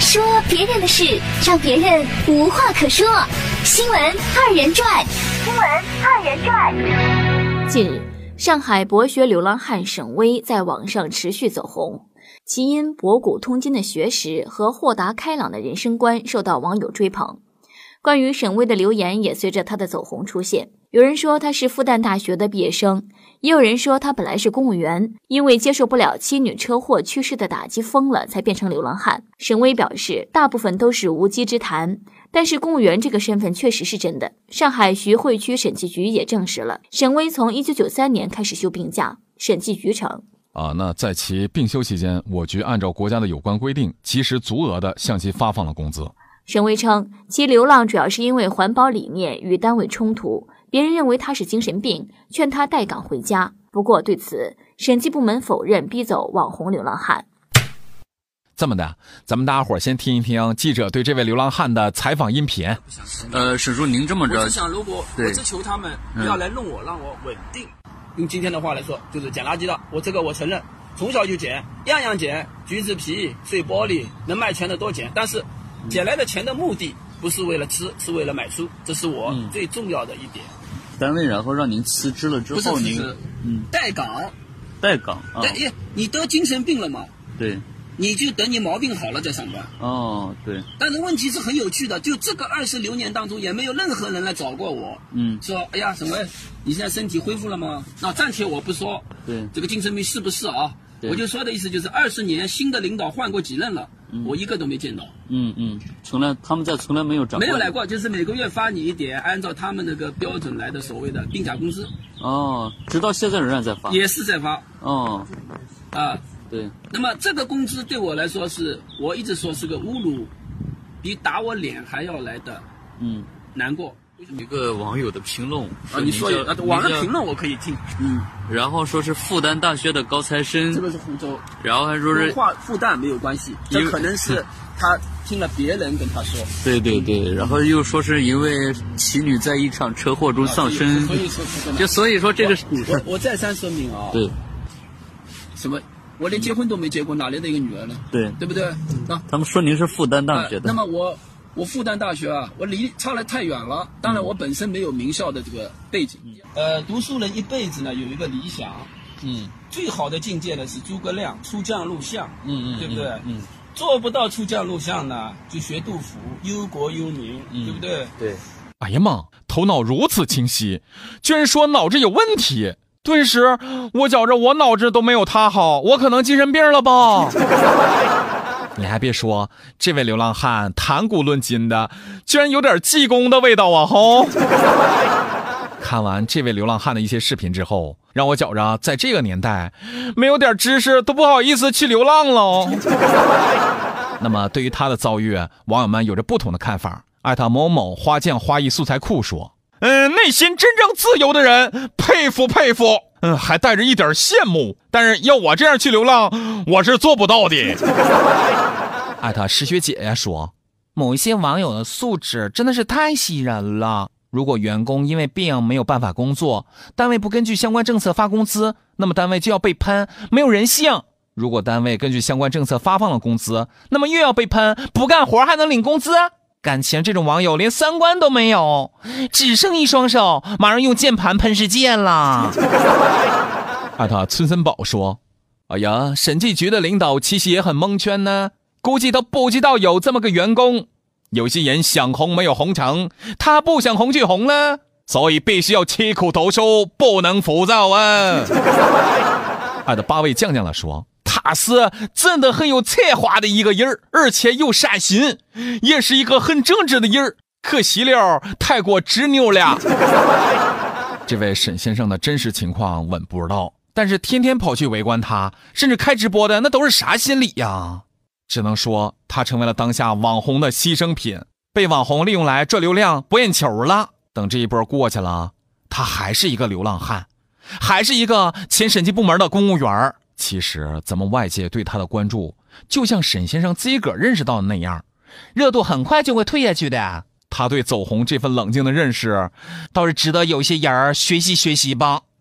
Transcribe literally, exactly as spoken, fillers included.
说别人的事，让别人无话可说。新闻二人转，新闻二人转。 近日，上海博学流浪汉沈巍在网上持续走红，其因博古通今的学识和豁达开朗的人生观受到网友追捧。关于沈巍的留言也随着他的走红出现，有人说他是复旦大学的毕业生，也有人说他本来是公务员，因为接受不了妻女车祸去世的打击疯了才变成流浪汉。沈巍表示大部分都是无稽之谈，但是公务员这个身份确实是真的。上海徐汇区审计局也证实了，沈巍从一九九三年开始休病假。审计局称啊，那在其病休期间，我局按照国家的有关规定，及时足额的向其发放了工资。 沈巍称其流浪主要是因为环保理念与单位冲突，别人认为他是精神病，劝他待岗回家。不过对此，审计部门否认逼走网红流浪汉。 这么的，咱们大家伙先听一听记者对这位流浪汉的采访音频。 呃，沈叔，您这么着， 我只想如果我只求他们不要来弄我，嗯、让我稳定。用今天的话来说，就是捡垃圾的，我这个我承认，从小就捡，样样捡，橘子皮、碎玻璃，能卖钱的都捡。但是，捡来的钱的目的不是为了吃，是为了买书，这是我最重要的一点。 嗯、单位然后让您辞职了之后，您嗯待岗， 待岗啊？ 对，你得精神病了嘛？ 对。 你就等你毛病好了再上班。 哦，对。 但是问题是很有趣的，就这个二十六年当中，也没有任何人来找过我，嗯，说哎呀什么，你现在身体恢复了吗？那暂且我不说， 对， 这个精神病是不是啊？我就说的意思就是二十年新的领导换过几任了，嗯、我一个都没见到。 嗯嗯，从来他们在从来没有涨过。 没有来过，就是每个月发你一点，按照他们那个标准来的所谓的病假工资。 哦，直到现在仍然在发。 也是在发。 哦， 啊。 对， 那么这个工资对我来说是，我一直说是个侮辱，比打我脸还要来的，嗯，难过。 一个网友的评论啊，你说啊，网上评论我可以听， 嗯，然后说是复旦大学的高材生， 这个是湖州， 然后还说是话复旦没有关系，这可能是他听了别人跟他说， 对对对，然后又说是因为妻女在一场车祸中丧生， 所以说就所以说这个我我再三声明啊， 对， 什么？我连结婚都没结过，哪来的一个女儿呢？对，对不对？啊， 他们说您是复旦大学的。 呃、那么我我复旦大学啊，我离差得太远了。当然，我本身没有名校的这个背景。嗯、呃，读书人一辈子呢有一个理想，嗯，最好的境界呢是诸葛亮出将入相，嗯嗯，对不对？嗯，嗯做不到出将入相呢，就学杜甫，忧国忧民，嗯、对不对？ 对。 哎呀妈，头脑如此清晰，居然说脑子有问题。顿时我觉着我脑子都没有他好，我可能精神病了吧。你还别说，这位流浪汉谈古论今的，居然有点济公的味道啊吼。看完这位流浪汉的一些视频之后，让我觉着在这个年代没有点知识都不好意思去流浪了。那么对于他的遭遇，网友们有着不同的看法。艾特某某花匠花艺素材库说，嗯，内心真正自由的人，佩服佩服，嗯，还带着一点羡慕。但是要我这样去流浪，我是做不到的。艾特石学姐呀说，某一些网友的素质真的是太吸人了。如果员工因为病没有办法工作，单位不根据相关政策发工资，那么单位就要被喷没有人性。如果单位根据相关政策发放了工资，那么又要被喷不干活还能领工资。感情这种网友连三观都没有，只剩一双手，马上用键盘喷世界了。艾特村森宝说，哎呀，审计局的领导其实也很蒙圈呢，估计都不知道有这么个员工。有些人想红没有红成，他不想红就红了，所以必须要吃苦读书，不能浮躁啊。艾特八位酱酱了说，他是真的很有才华的一个人，而且又善心，也是一个很正直的人，可惜了太过执拗了。这位沈先生的真实情况稳不知道，但是天天跑去围观他，甚至开直播的，那都是啥心理呀？只能说他成为了当下网红的牺牲品，被网红利用来赚流量博眼球了。等这一波过去了，他还是一个流浪汉，还是一个前审计部门的公务员。其实咱们外界对他的关注，就像沈先生自己个认识到的那样，热度很快就会退下去的。他对走红这份冷静的认识，倒是值得有些人学习学习吧。